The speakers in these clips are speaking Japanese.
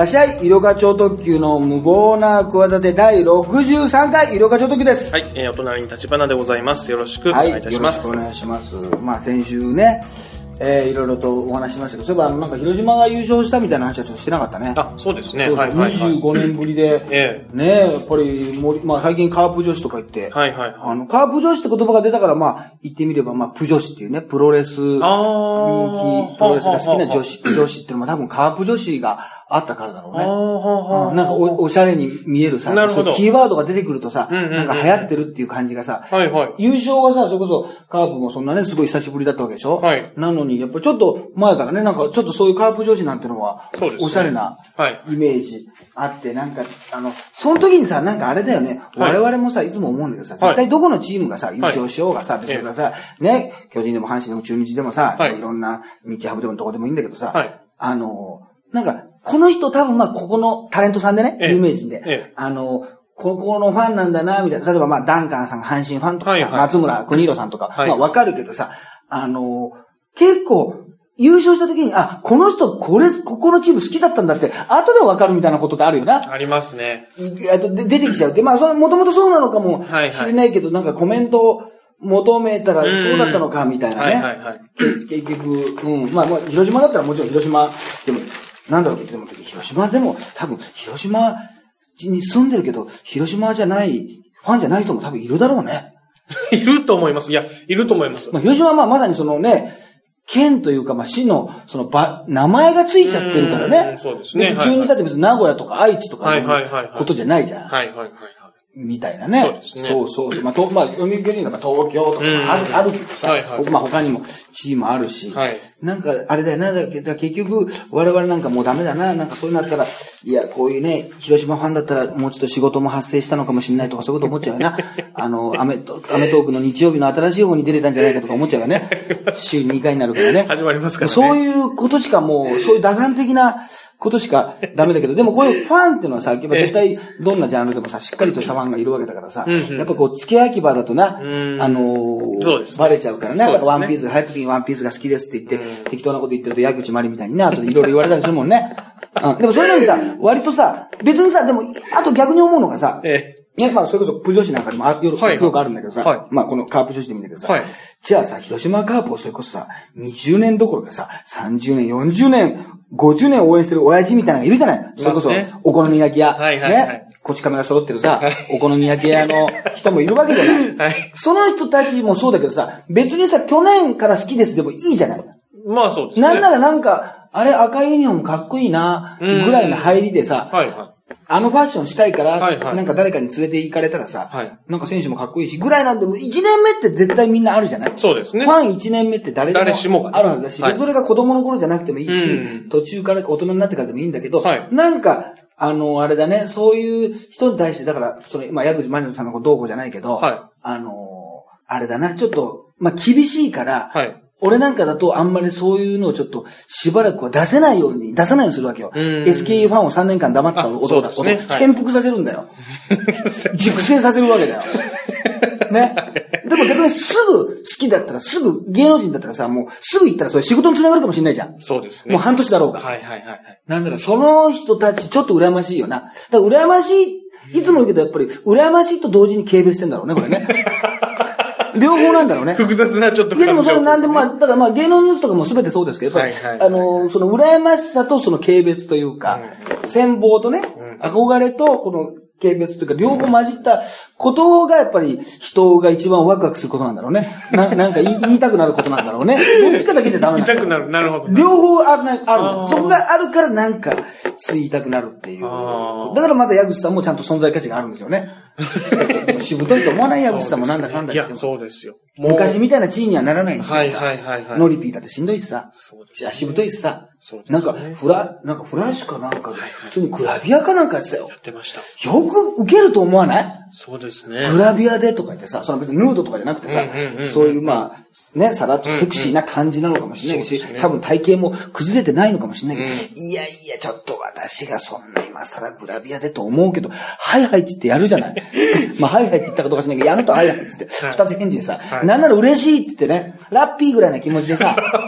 らっしゃい、医療課長特急の無謀な企て第63回医療課長特急です。 はい、お隣に立花でございます。よろしくお願いいたします。 はい、よろしくお願いします。まあ先週ね、いろいろとお話ししましたけど、そういえばなんか広島が優勝したみたいな話はちょっとしてなかったね。 あ、そうですね。 そうそう、はい、25年ぶりで、ね、やっぱりまあ最近カープ女子とか言って、 はいはいはい、 カープ女子って言葉が出たから、まあ言ってみれば、まあプ女子っていうね、プロレス人気、プロレスが好きな女子、プ女子っていうのも多分カープ女子があったからだろうね。なんかおしゃれに見えるさ、そうキーワードが出てくるとさ、なんか流行ってるっていう感じがさ、 はいはい、 優勝がさ、それこそカープもそんなね、すごい久しぶりだったわけでしょ。はい。なのに、やっぱりちょっと前からね、なんかちょっとそういうカープ女子なんてのは、おしゃれなイメージあって、なんか、その時にさ、なんかあれだよね、我々もさ、いつも思うんだけどさ、絶対どこのチームがさ、優勝しようがさ、別にさ、ね、巨人でも阪神でも中日でもさ、いろんな日ハムでもどこでもいいんだけどさ、なんか、この人多分まあここのタレントさんでね、有名人で、ここのファンなんだな、みたいな。例えばまあダンカンさん、阪神ファンとかさ、松村邦洋さんとか、まあわかるけどさ、結構、優勝した時に、この人、ここのチーム好きだったんだって、後でわかるみたいなことってあるよな。 ありますね。 出てきちゃうって。まあ、もともとそうなのかもしれないけど、なんかコメントを求めたらそうだったのか、みたいなね。結局、まあ、広島だったらもちろん広島でも、なんだろう、でも広島でも、多分、広島に住んでるけど、広島じゃない、ファンじゃない人も多分いるだろうね。 いると思います。いや、いると思います。 まあ、広島はまあまさにそのね、県というか、まあ、市の、名前がついちゃってるからね。 そうですね。 中日だって別に名古屋とか愛知とかいうことじゃないじゃん。みたいなね。そうそうそう。まあ、読売巨人なんか東京とかあるけどさ、まあ他にもチームあるし、なんかあれだよな、結局我々なんかもうダメだな、なんかそういうのあったら、いや、こういうね、広島ファンだったらもうちょっと仕事も発生したのかもしれないとかそういうこと思っちゃうよな。アメトークの日曜日の新しい方に出れたんじゃないかとか思っちゃうよね。週2回になるからね。 始まりますからね。 そういうことしかもう、そういう打算的な、ことしかダメだけど、でもこういうファンっていうのはさ、やっぱ絶対どんなジャンルでもさ、しっかりとしたファンがいるわけだからさ、やっぱこう、付け焼き場だとな、バレちゃうからね。だからワンピースが流行った時にワンピースが好きですって言って、適当なこと言ってると矢口まりみたいにね、後でいろいろ言われたりするもんね。でもそういうのにさ、割とさ、別にさ、でも、あと逆に思うのがさ、ね、まあ、それこそ、プ女子なんかでもよくあるんだけどさ、まあ、このカープ女子でもいいんだけどさ、じゃあさ、広島カープをそれこそさ、20年どころかさ、30年、40年、50年応援してる親父みたいなのがいるじゃない。それこそ、お好み焼き屋、ね、こち亀が揃ってるさ、お好み焼き屋の人もいるわけじゃない。その人たちもそうだけどさ、別にさ、去年から好きですでもいいじゃない。 まあそうですね。 なんならなんか、あれ赤いユニフォームかっこいいな、ぐらいの入りでさ、ファッションしたいから、なんか誰かに連れて行かれたらさ、なんか選手もかっこいいし、ぐらいなんでも、1年目って絶対みんなあるじゃない？ そうですね。 ファン1年目って誰しもあるはずだし、それが子供の頃じゃなくてもいいし、途中から大人になってからでもいいんだけど、なんか、あれだね、そういう人に対して、だから、まあ、矢口まりのさんのどうこうじゃないけど、あれだな、ちょっと、まあ、厳しいから、俺なんかだとあんまりそういうのをちょっとしばらくは出さないようにするわけよ。SKU ファンを3年間黙ってた男だ。潜伏させるんだよ。熟成させるわけだよ。ね。でも逆にすぐ好きだったら、すぐ芸能人だったらさ、もうすぐ行ったらそれ仕事につながるかもしれないじゃん。 そうですね。 もう半年だろうが。なんだろう、その人たちちょっと羨ましいよな。だから羨ましい、いつも言うけどやっぱり羨ましいと同時に軽蔑してんだろうね、これね。両方なんだろうね。 複雑なちょっと。 いやでもそれなんでだからまあ芸能ニュースとかも全てそうですけど、やっぱり、その羨ましさとその軽蔑というか、羨望とね、憧れとこの軽蔑というか、両方混じったことがやっぱり人が一番ワクワクすることなんだろうね。なんか言いたくなることなんだろうね。どっちかだけじゃダメなんだ。 言いたくなる。なるほど。 両方ある。そこがあるからなんか、言いたくなるっていう。だからまた矢口さんもちゃんと存在価値があるんですよね。しぶといと思わない矢口さんもなんだかんだ言っても。 いや、そうですよ。 昔みたいな地位にはならないんですよ。ノリピーだってしんどいしさ。しぶといしさ。なんかフラッシュかなんかで、普通にグラビアかなんかやってたよ。 やってました。 よく受けると思わない？ そうですね。 グラビアでとか言ってさ、その別にヌードとかじゃなくてさ、そういうまあ、ね、さらっとセクシーな感じなのかもしれないし、多分体型も崩れてないのかもしれないけど、いやいや、ちょっと私がそんな今更グラビアでと思うけど、はいはいって言ってやるじゃない。まあ、はいはいって言ったかどうかしないけど、やるとはいはいって言って、二つ返事でさ、なんなら嬉しいって言ってね、ラッピーぐらいな気持ちでさ、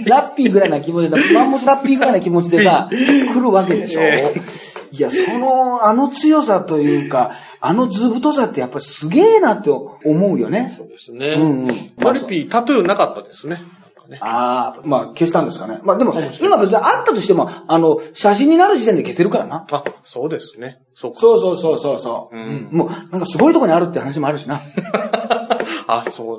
ラッピーぐらいな気持ちで、マンモスラッピーぐらいな気持ちでさ、来るわけでしょ。いや、あの強さというか、あの図太さってやっぱりすげえなって思うよね。 そうですね。パリピー、タトゥーなかったですね。 ああ、まあ消したんですかね。まあでも、今別にあったとしても、写真になる時点で消せるからな。 あ、そうですね。そう。 もう、なんかすごいとこにあるって話もあるしな。 あ、そう。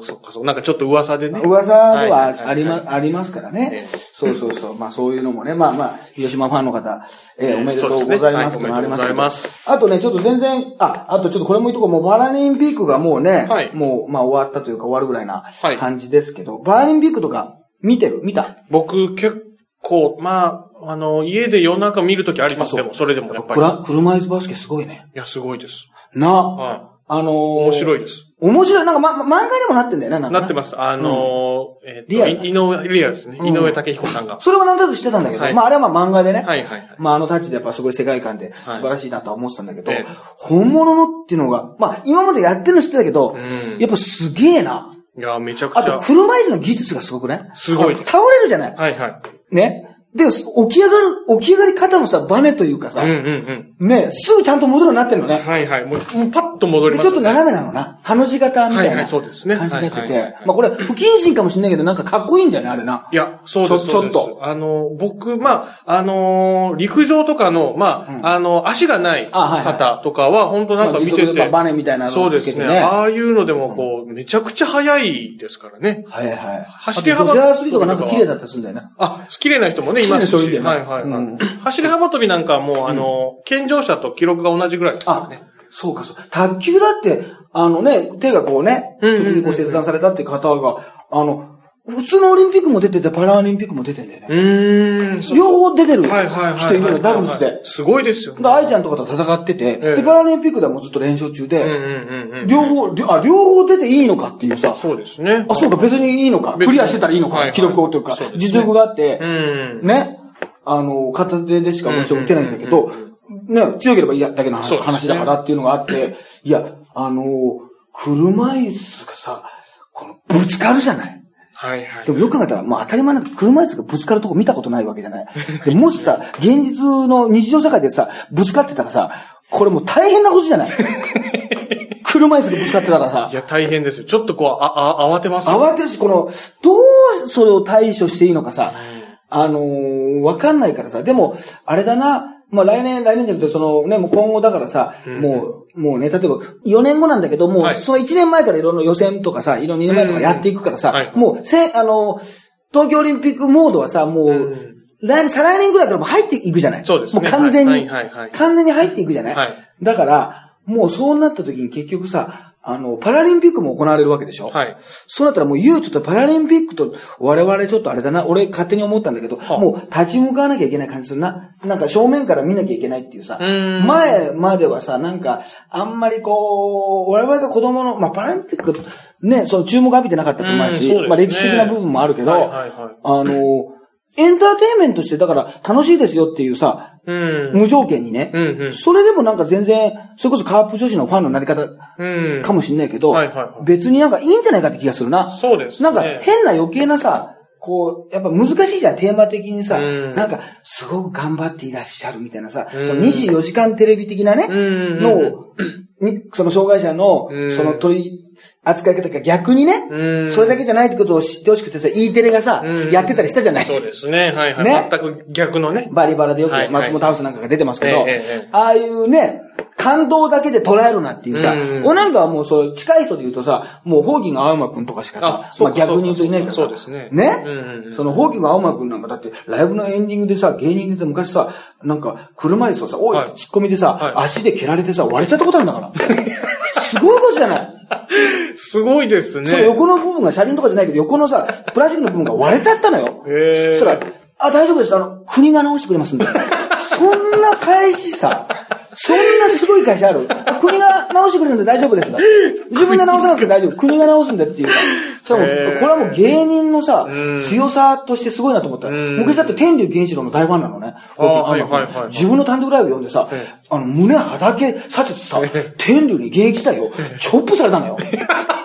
なんかちょっと噂でね。 噂ではありますからね。そう。まあそういうのもね、まあ、広島ファンの方、おめでとうございます。 おめでとうございます。 あとね、ちょっと全然、あとちょっとこれも言うとこ、もうパラリンピックがもうね、もう、まあ終わったというか終わるぐらいな感じですけど、パラリンピックとか見た？ 僕結構、まあ、家で夜中見るときありますけど、それでもやっぱり。 車椅子バスケすごいね。 いや、すごいです。 はい。 面白いです。 面白い。なんか、漫画でもなってんだよね、なんか。 なってます。リアですね。井上武彦さんが。 それはなんとなくしてたんだけど、まああれはまあ漫画でね。 はい。 まあタッチでやっぱすごい世界観で素晴らしいなとは思ってたんだけど、本物のっていうのが、まあ今までやってるの知ってたけど、やっぱすげえな。 いや、めちゃくちゃ。 あと、車椅子の技術がすごくね。 すごい。 倒れるじゃない。 はい。 ね。で、起き上がり方のさ、バネというかさ、ね、すぐちゃんと戻るようになってるのね。 はい。もうパッと戻ります。 で、ちょっと斜めなのな。ハの字型みたいな感じになってて。まあこれ、不謹慎かもしれないけど、なんかかっこいいんだよね、あれな。 いや、そうです。ちょっと。僕、まあ、陸上とかの、まあ、足がない方とかは、本当なんか見てて。 バネみたいなのそうですね。ああいうのでも、こう、めちゃくちゃ速いですからね。 はい。 走り幅跳び。女性アスリートがなんか綺麗だったりするんだよね。 あ、綺麗な人もね、いますし。はい。走り幅跳びなんかはもう、健常者と記録が同じぐらいですからね。 そうか。卓球だって、手がこうね、時にこう切断されたって方が、普通のオリンピックも出てて、パラリンピックも出てんだよね。両方出てる人いるの、ダブルスで。 すごいですよね。 愛ちゃんとかと戦ってて、で、パラリンピックではもうずっと連勝中で、両方出ていいのかっていうさ。 そうですね。 あ、そうか、別にいいのか。クリアしてたらいいのか、記録をというか、実力があって、ね。片手でしかもちろん打てないんだけど、ね、強ければいいだけの話だからっていうのがあって、いや、車椅子がさ、ぶつかるじゃない。 はい。 でもよく考えたら、まあ当たり前なんだけど、車椅子がぶつかるとこ見たことないわけじゃない。でもしさ、現実の日常社会でさ、ぶつかってたらさ、これもう大変なことじゃない。車椅子がぶつかってたらさ。 いや、大変ですよ。ちょっとこう、慌てますよ。 慌てるし、どうそれを対処していいのかさ、わかんないからさ、でも、あれだな、まあ来年じゃなくて、もう今後だからさ、もうね、例えば4年後なんだけど、もうその1年前からいろんな予選とかさ、いろんな2年前とかやっていくからさ、もう東京オリンピックモードはさ、もう、再来年ぐらいからもう入っていくじゃない。 そうですね。 もう完全に入っていくじゃない。だから、もうそうなった時に結局さ、パラリンピックも行われるわけでしょ。はい。そうなったらもうちょっとパラリンピックと我々ちょっとあれだな、俺勝手に思ったんだけど、もう立ち向かわなきゃいけない感じするな。なんか正面から見なきゃいけないっていうさ、前まではさ、なんか、あんまりこう、我々が子供の、まあパラリンピック、ね、その注目浴びてなかったと思うし、まあ歴史的な部分もあるけど、エンターテインメントして、だから楽しいですよっていうさ、無条件にね、それでもなんか全然、それこそカープ女子のファンのなり方かもしんないけど、別になんかいいんじゃないかって気がするな。 そうですね。 なんか変な余計なさ、こう、やっぱ難しいじゃん、テーマ的にさ、なんか、すごく頑張っていらっしゃるみたいなさ、その24時間テレビ的なね、のを、その障害者の、その取り扱い方が逆にね、それだけじゃないってことを知ってほしくてさ、E テレがさ、やってたりしたじゃない。 そうですね、はいはい。ね。全く逆のね。 バリバラでよく松本ハウスなんかが出てますけど、ああいうね、感動だけで捉えるなっていうさ、俺なんかはもうそう、近い人で言うとさ、もうホーキング青山くんとかしかさ、まあ逆に言うといないからさ。 そうですね。 ね。そのホーキング青山くんなんかだって、ライブのエンディングでさ、芸人で昔さ、なんか、車椅子をさ、おいってツッコミでさ、足で蹴られてさ、割れちゃったことあるんだから。すごいことじゃない。 すごいですね。 その横の部分が車輪とかじゃないけど、横のさ、プラスチックの部分が割れちゃったのよ。そしたら、大丈夫です。国が直してくれますんで。そんな返しさ、そんなすごい会社ある。国が直してくれるんで大丈夫です。自分で直さなくて大丈夫。国が直すんでっていうさ。これはもう芸人のさ、強さとしてすごいなと思った。昔だって天竜源一郎の大ファンなのね。自分の単独ライブ読んでさ、胸はだけさせてさ、天竜に現役時代をチョップされたのよ。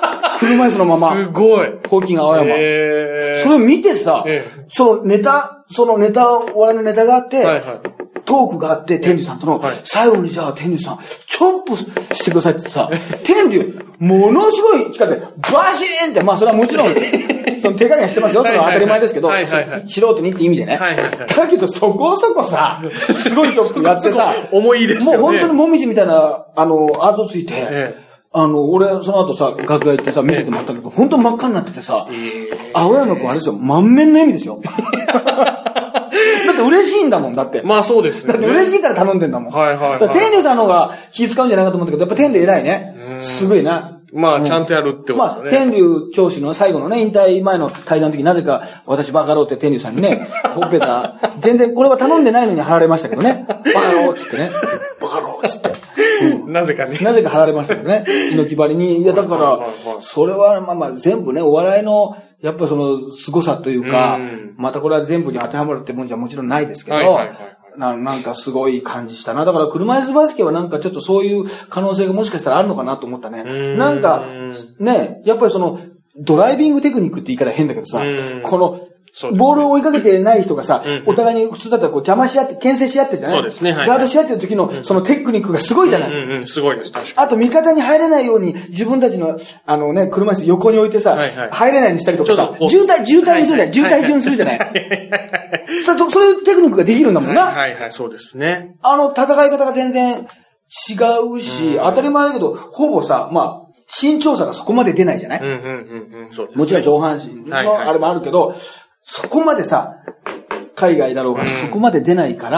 車椅子のまま。 すごい。 ホーキング青山。それ見てさ、そのネタ、お笑いのネタがあって、はいはい、トークがあって、天竜さんとの、はい、最後にじゃあ天竜さん、チョップしてくださいってさ、天竜、ものすごい力で、バシーンって、まあそれはもちろん、その手加減してますよ。それは当たり前ですけど、素人にって意味でね。だけどそこそこさ、すごいチョップやってさ、 重いですよね。 もう本当にもみじみたいな、アートついて、俺、その後さ、楽屋行ってさ、見せてもらったけど、本当に真っ赤になっててさ、青山くんあれですよ、満面の笑みですよ。だって嬉しいんだもん、だって。 まあそうですね。 だって嬉しいから頼んでんだもん。 はいはい。 天竜さんの方が気使うんじゃないかと思ったけど、やっぱ天竜偉いね。すごいな。 まあ、ちゃんとやるってことですよね。 まあ、天竜教師の最後のね、引退前の対談の時、なぜか、私バカローって天竜さんにね、ほっぺた、全然これは頼んでないのに貼られましたけどね。バカローっつってね。バカローっつって。 なぜかね。 なぜか貼られましたけどね。猪木張りに。いや、だから、それはまあ全部ね、お笑いの、やっぱその、凄さというか、またこれは全部に当てはまるってもんじゃもちろんないですけど、なんかすごい感じしたな。だから車椅子バスケはなんかちょっとそういう可能性がもしかしたらあるのかなと思ったね。なんか、ね、やっぱりその、ドライビングテクニックって言い方変だけどさ、この、ボールを追いかけてない人がさ、お互いに普通だったらこう邪魔し合って、牽制し合ってるじゃない？ そうですね。 ガードし合ってる時のそのテクニックがすごいじゃない？ すごいです、確かに。 あと味方に入れないように自分たちの、車椅子横に置いてさ、入れないようにしたりとかさ、渋滞にするじゃない？渋滞順するじゃない？そういうテクニックができるんだもんな。 はいはい、そうですね。 戦い方が全然違うし、当たり前だけど、ほぼさ、まあ、身長差がそこまで出ないじゃない？もちろん上半身のあれもあるけど、そこまでさ、海外だろうが、そこまで出ないから、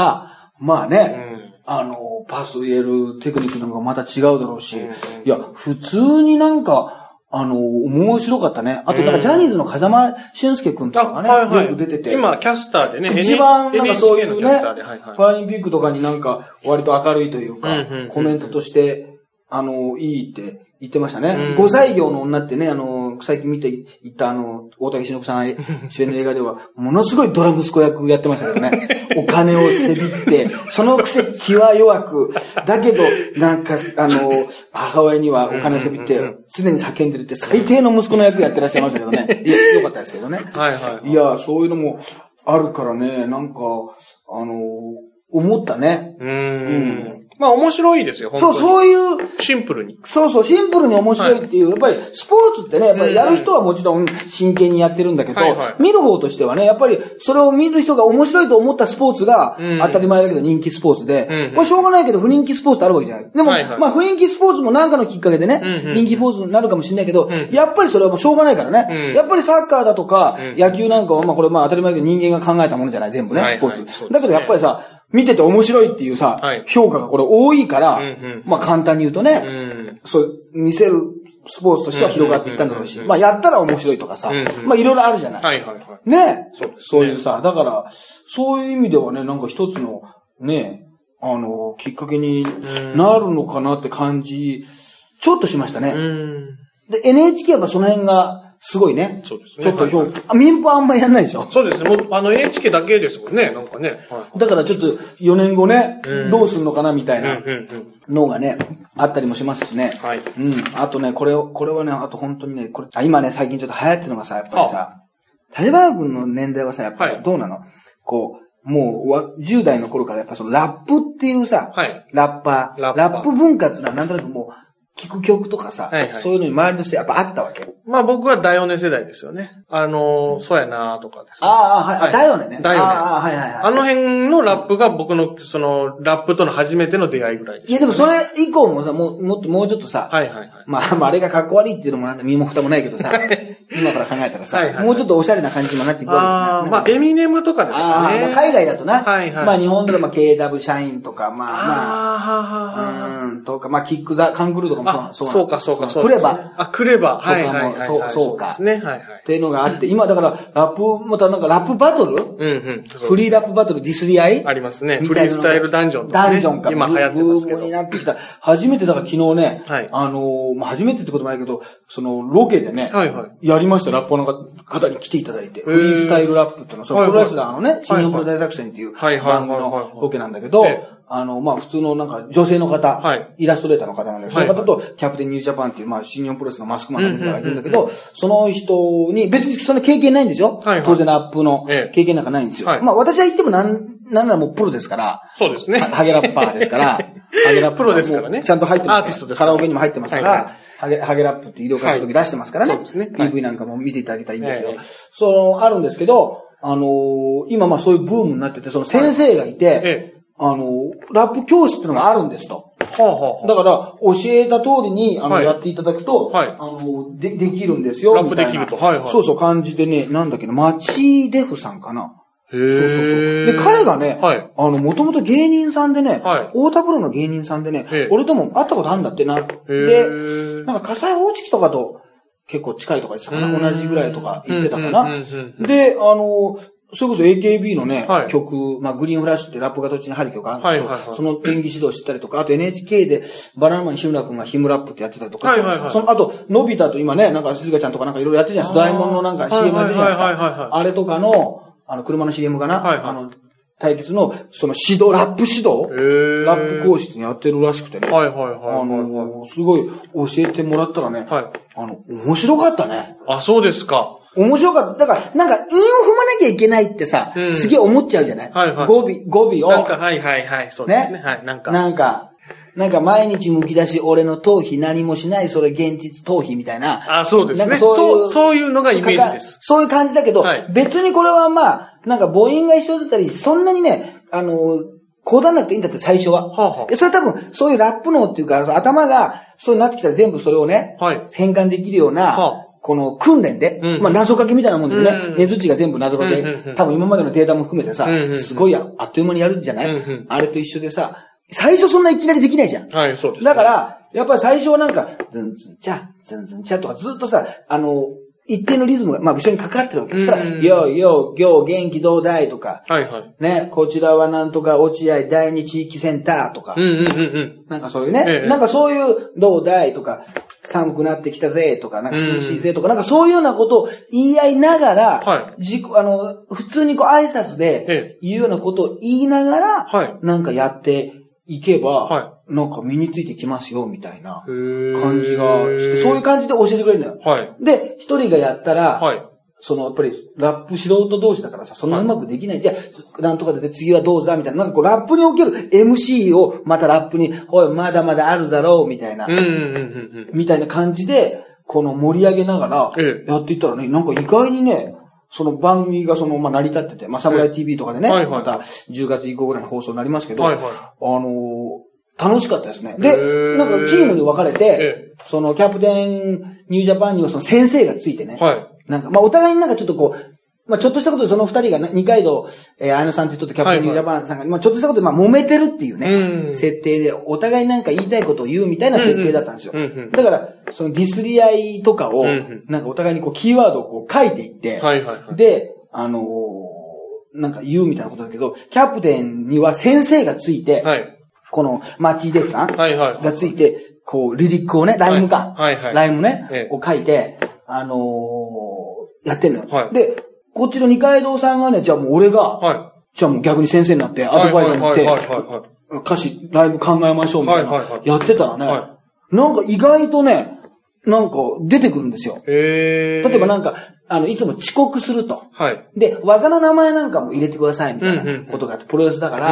まあね、パス入れるテクニックの方がまた違うだろうし、いや、普通になんか、面白かったね。あと、なんかジャニーズの風間俊介くんとかがね、よく出てて。 今、キャスターでね、 一番なんかそういうね、パラリンピックとかになんか割と明るいというか、コメントとして、いいって言ってましたね。5歳業の女ってね、最近見ていった大竹しのぶさん主演の映画では、ものすごいドラ息子役やってましたけどね。お金を捨てびって、そのくせ気は弱く、だけど、なんか、母親にはお金を捨てびって、常に叫んでるって最低の息子の役やってらっしゃいましたけどね。いや、よかったですけどね。いや、そういうのもあるからね、なんか、思ったね。 まあ面白いですよ、本当に。 そういう。 シンプルに。 シンプルに面白いっていう、やっぱりスポーツってね、やっぱりやる人はもちろん真剣にやってるんだけど、見る方としてはね、やっぱりそれを見る人が面白いと思ったスポーツが当たり前だけど人気スポーツで、これしょうがないけど不人気スポーツってあるわけじゃない。でも、まあ不人気スポーツも何かのきっかけでね、人気スポーツになるかもしれないけど、やっぱりそれはもうしょうがないからね。やっぱりサッカーだとか野球なんかはまあこれまあ当たり前だけど人間が考えたものじゃない、全部ね、スポーツ。だけどやっぱりさ、見てて面白いっていうさ、評価がこれ多いから、まあ簡単に言うとね、そう見せるスポーツとしては広がっていったんだろうし、まあやったら面白いとかさ、まあいろいろあるじゃない。ね、そういうさ、だからそういう意味ではね、なんか一つのね、きっかけになるのかなって感じ、ちょっとしましたね。で NHK はその辺がすごいね。 そうですね。 ちょっと評価。民放あんまりやんないでしょ。 そうですね。もう、NHK だけですもんね。なんかね。 だからちょっと4年後ね、どうすんのかなみたいなのがね、あったりもしますしね。 はい。 あとね、これはね、あと本当にね、今ね、最近ちょっと流行ってるのがさ、やっぱりさ、谷川君の年代はさ、やっぱりどうなの？こう、もう、10代の頃からやっぱそのラップっていうさ、ラッパー。ラップ文化っていうのはなんとなくもう、聞く曲とかさ、そういうのに周りの人やっぱあったわけ。 まあ僕はダヨネ世代ですよね。そうやなとかですね。 ダヨネね。 ダヨネ。あの辺のラップが僕の、その、ラップとの初めての出会いぐらいです、ね。 いやでもそれ以降もさ、もうちょっとさ、まああれがかっこ悪いっていうのもなんだ、身も蓋もないけどさ、今から考えたらさ、もうちょっとおしゃれな感じにもなっていくわけですね。 まあエミネムとかですかね。 海外だとな、まあ日本だとまあ KW 社員とか、とか、まあキックザ、カングルーとかもそうか。 クレバ。 クレバ。 そうか。 ですね。 っていうのがあって、今だからラップ、またなんかラップバトルフリーラップバトル、ディスり合いありますね。フリースタイルダンジョンとか。 ダンジョンか。 今流行ってますけど。 ブームになってきた。初めてだから昨日ね、初めてってこともないけど、そのロケでね、やりました、ラッパーの方に来ていただいて、フリースタイルラップっていうのは、プロレスラーのね、新日本プロ大作戦っていう番組のロケなんだけど、 まあ普通のなんか女性の方、イラストレーターの方なんで、その方とキャプテンニュージャパンっていう、まあ新日本プロレスのマスクマンの方がいるんだけど、その人に別にそんな経験ないんですよ。当然ラップの経験なんかないんですよ。まあ私は言ってもなんならもうプロですから。 そうですね。 ハゲラッパーですから。ハゲラッパー。 プロですからね。 ちゃんと入ってます。 アーティストです。 カラオケにも入ってますから、ハゲラップって医療活動時出してますからね。 そうですね。 PV なんかも見ていただけたらいいんですけど、あるんですけど、今まあそういうブームになってて、その先生がいて、ラップ教室っていうのがあるんですと。だから、教えた通りに、やっていただくと、できるんですよ。 ラップできると。 そうそう、感じでね、なんだっけな、マチデフさんかな。そうそうそう。で、彼がね、もともと芸人さんでね、太田プロの芸人さんでね、俺とも会ったことあるんだってな。で、なんか火災報知器とかと結構近いとか言ってたかな、同じぐらいとか言ってたかな。で、それこそ AKB のね、曲、まあ、グリーンフラッシュってラップが途中に入る曲があるんですけど、その演技指導してたりとか、あと NHK でバナナマン日村くんがヒムラップってやってたりとか、あと、のび太と今ね、なんか、鈴鹿ちゃんとかなんかいろいろやってるじゃないですか。ドラえもんのなんか CM やってるじゃないですか。あれとかの、車の CM かな、対決の、その指導、ラップ指導ラップ講師ってやってるらしくてね。すごい教えてもらったらね、面白かったね。 あ、そうですか。 面白かった。だから、なんか、韻を踏まなきゃいけないってさ、すげえ思っちゃうじゃない語尾を。 なんか、そうですね。 なんか毎日剥き出し、俺の頭皮何もしない、それ現実頭皮みたいな。 あ、そうですね。そういうのがイメージです。 そういう感じだけど、別にこれはまあ、なんか母音が一緒だったり、そんなにね、こうだんなくていいんだって最初は。それ多分、そういうラップ脳っていうか、頭が、そうなってきたら全部それをね、変換できるような、この訓練で、まあ謎かけみたいなもんでね、根づちが全部謎かけ、多分今までのデータも含めてさ、すごいあっという間にやるんじゃない？あれと一緒でさ、最初そんないきなりできないじゃん。 そうです。 だから、やっぱり最初はなんか、ズンズンチャとかずっとさ、一定のリズムが、まあ後ろにかかってるわけ。そしたら、よ、行、元気どうだいとか、ね、こちらはなんとか落合第二地域センターとか、なんかそういうね、なんかそういうどうだいとか、寒くなってきたぜとか、なんか涼しいぜとか、なんかそういうようなことを言い合いながら、普通にこう挨拶で言うようなことを言いながら、なんかやっていけば、なんか身についてきますよ、みたいな感じがして、そういう感じで教えてくれるんだよ。で、一人がやったら、やっぱり、ラップ素人同士だからさ、そんなうまくできない。じゃあ、なんとかで次はどうざみたいな。なんかこう、ラップにおける MC を、またラップに、おい、まだまだあるだろう、みたいな。みたいな感じで、この盛り上げながら、やっていったらね、なんか意外にね、その番組がまあ、成り立ってて、まあ、サムライ TV とかでね、また10月以降ぐらいの放送になりますけど、楽しかったですね。で、なんかチームに分かれて、そのキャプテンニュージャパンにはその先生がついてね、なんか、まあ、お互いになんかちょっとこう、まあ、ちょっとしたことでその二人が二階堂、綾野さんって人とキャプテンニュージャパンさんが、まあ、ちょっとしたことでまあ、揉めてるっていうね、設定で、お互いなんか言いたいことを言うみたいな設定だったんですよ。だから、そのディスり合いとかを、なんかお互いにこう、キーワードをこう書いていって、で、なんか言うみたいなことだけど、キャプテンには先生がついて、このマッチーデフさんがついて、こう、リリックをね、ライムか。ライムね、を書いて、やってんのよ。で、こっちの二階堂さんがね、じゃあもう俺が、じゃあもう逆に先生になって、アドバイザーになって、歌詞、ライブ考えましょうみたいな、やってたらね、なんか意外とね、なんか出てくるんですよ。例えばなんか、いつも遅刻すると。で、技の名前なんかも入れてくださいみたいなことがあって、プロレスだから、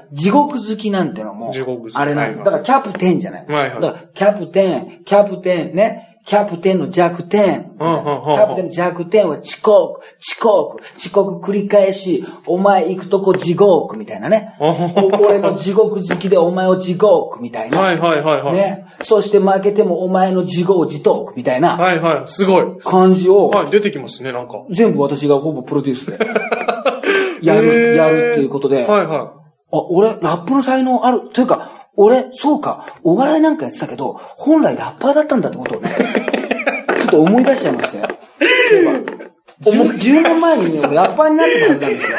地獄好きなんてのも、あれなんだ。だからキャプテンじゃない。だからキャプテンね、キャプテンの弱点。キャプテンの弱点は遅刻繰り返し、お前行くとこ地獄みたいなね。俺の地獄好きでお前を地獄みたいな。ね。そして負けてもお前の自業自得みたいな。 すごい。 感じを。 出てきますね、なんか。 全部私がほぼプロデュースで。やるっていうことで。俺、ラップの才能ある。というか、俺、そうか、お笑いなんかやってたけど、本来ラッパーだったんだってことをね、ちょっと思い出しちゃいましたよ。10年前にね、ラッパーになってたはずなんですよ。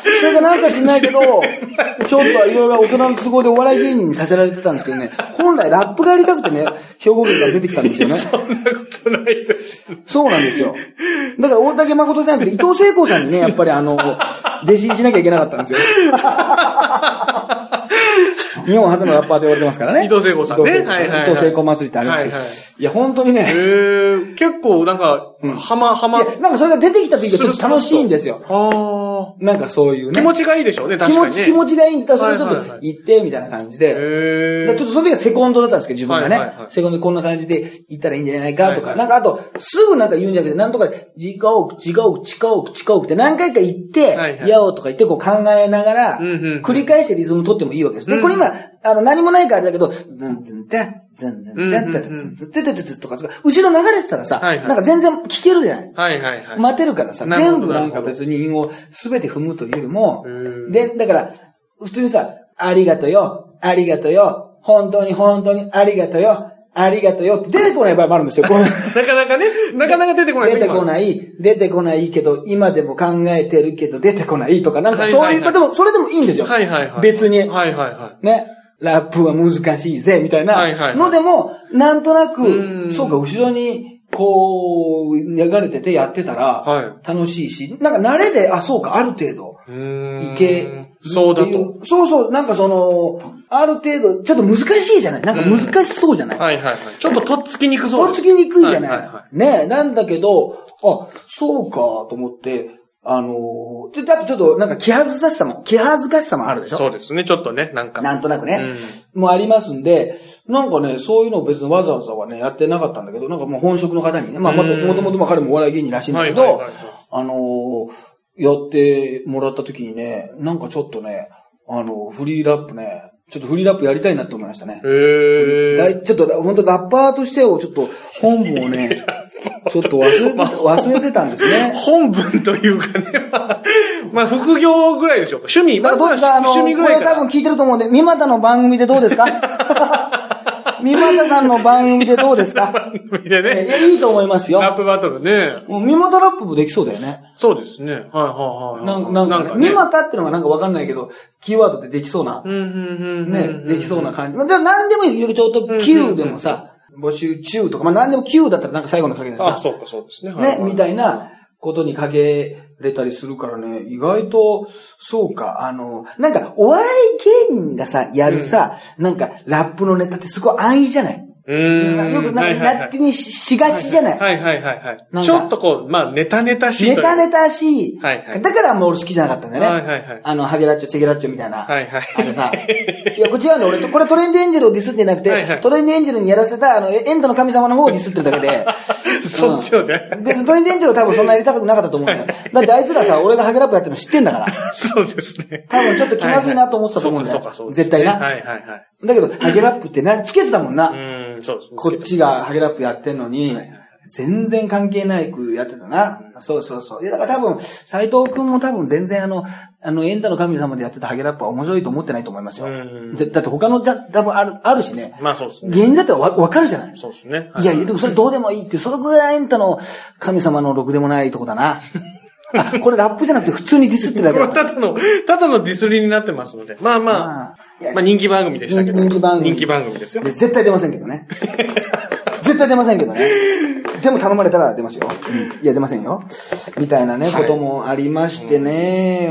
それがなんか知んないけど、ちょっといろいろ大人の都合でお笑い芸人にさせられてたんですけどね、本来ラップがやりたくてね、兵庫県から出てきたんですよね。 そんなことないですよ。 そうなんですよ。だから大竹誠じゃなくて伊藤聖子さんにね、やっぱり弟子入りしなきゃいけなかったんですよ。日本初のラッパーと言われてますからね。 伊藤聖子さんね。 伊藤聖子祭りってありますけど。いや、本当にね。 結構なんか、はま。 いや、なんかそれが出てきた時がちょっと楽しいんですよ。なんかそういうね。 気持ちがいいでしょうね、確かにね。 気持ちがいいんだったら、それちょっと言って、みたいな感じで。ちょっとその時はセコンドだったんですけど、自分がね。セコンドでこんな感じで言ったらいいんじゃないかとか。なんかあと、すぐなんか言うんじゃなくて、なんとか、違うって何回か言って、やおとか言ってこう考えながら、繰り返してリズム取ってもいいわけです。で、これ今、何もないからだけど、とか、後ろ流れてたらさ、なんか全然聞けるじゃない。待てるからさ、全部なんか別に韻をすべて踏むというよりも、で、だから、普通にさ、ありがとよ、本当にありがとよ、って出てこない場合もあるんですよ。なかなか出てこない。 出てこないけど、今でも考えてるけど出てこないとか、なんかそういう、でも、それでもいいんですよ。別に。ね。ラップは難しいぜ、みたいなのでも、なんとなく、そうか、後ろに、こう、流れててやってたら、楽しいし、なんか慣れで、そうか、ある程度、いけ、 そうだと。 そう、なんかある程度、ちょっと難しいじゃない？なんか難しそうじゃない？ ちょっととっつきにくそう。 とっつきにくいじゃない？ね、なんだけど、そうか、と思って、で、だってちょっとなんか気恥ずかしさもあるでしょ？ そうですね、ちょっとね、なんとなくね。もありますんで、なんかね、そういうのを別にわざわざはね、やってなかったんだけど、なんかもう本職の方にね、もともと彼もお笑い芸人らしいんだけど、やってもらった時にね、なんかちょっとね、フリーラップね、ちょっとフリーラップやりたいなって思いましたね。ちょっと本当ラッパーとしてをちょっと本文をね、ちょっと忘れてたんですね。 本文というかね、まあ副業ぐらいでしょうか。趣味ぐらいこれ多分聞いてると思うんで、三股の番組でどうですか？三股さんの番組でどうですか？ 番組でね。 いいと思いますよ。 ラップバトルね。 三股ラップもできそうだよね。 そうですね。 なんかね、三股ってのがなんかわかんないけど、キーワードでできそうな。ね、できそうな感じ。なんでもいいよ。ちょうど Q でもさ、募集中とか、なんでも Q だったらなんか最後のかけるさ。 そうか、そうですね。 ね、みたいなことにかけれたりするからね、意外と、そうか、なんか、お笑い芸人がさ、やるさ、なんか、ラップのネタってすごい安易じゃない？よくなんか、ラップにしがちじゃない？ ちょっとこう、ネタしい。 ネタしい。だからもう俺好きじゃなかったんだよね。ハゲラッチョ、チェゲラッチョみたいな。あれさ。いや、こっちはね、俺、これトレンディエンジェルをディスってなくて、トレンディエンジェルにやらせた、エンドの神様の方をディスってるだけで。 そっちをね。 で、トレンディエンジェルは多分そんなやりたくなかったと思うんだよ。だってあいつらさ、俺がハゲラップやってるの知ってんだから。 そうですね。 多分ちょっと気まずいなと思ってたと思うんだよ。絶対な。だけど、ハゲラップってつけてたもんな。 そうですね。 こっちがハゲラップやってんのに、全然関係ないくやってたな。そう。いや、だから多分、斉藤くんも多分全然エンタの神様でやってたハゲラップは面白いと思ってないと思いますよ。だって他の多分あるしね。 そうですね。 芸人だったらわかるじゃない。 そうですね。 いや、でもそれどうでもいいって、それぐらいエンタの神様のろくでもないとこだな。これラップじゃなくて普通にディスってるだけだ。 ただのディスりになってますので。人気番組でしたけど。人気番組ですよ。 絶対出ませんけどね。絶対出ませんけどね。でも頼まれたら出ますよ。いや、出ませんよ。みたいなね、こともありましてね。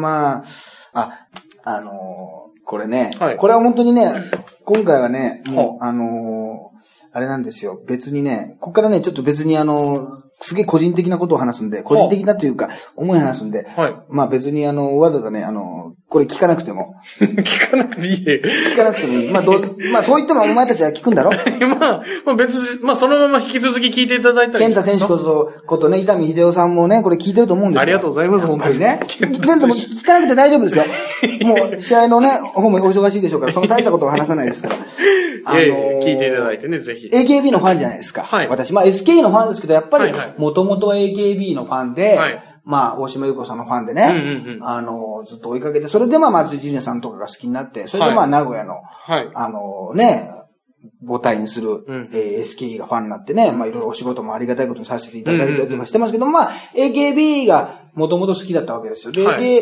これね。これは本当にね、今回はね、もう、あれなんですよ。別にね、ここからね、ちょっと別にすげえ個人的なことを話すんで、個人的なというか、思い話すんで、別にわざわざね、これ聞かなくても。 聞かなくていい。 聞かなくてもいい。そう言ってもお前たちは聞くんだろ？ 別に、そのまま引き続き聞いていただいたり。 健太選手ことね、伊丹秀夫さんもね、これ聞いてると思うんですよ。 ありがとうございます、本当にね。 でも聞かなくて大丈夫ですよ。もう、試合のね、方もお忙しいでしょうから、その大したことは話さないですから。 聞いていただいてね、ぜひ。 AKB のファンじゃないですか。私、SK のファンですけど、やっぱり、もともとは AKB のファンで、大島優子さんのファンでね、ずっと追いかけて、それで松井ジュニアさんとかが好きになって、それで名古屋の、母体にする、SK がファンになってね、いろいろお仕事もありがたいことにさせていただいたりとかしてますけど、AKB がもともと好きだったわけですよ。で、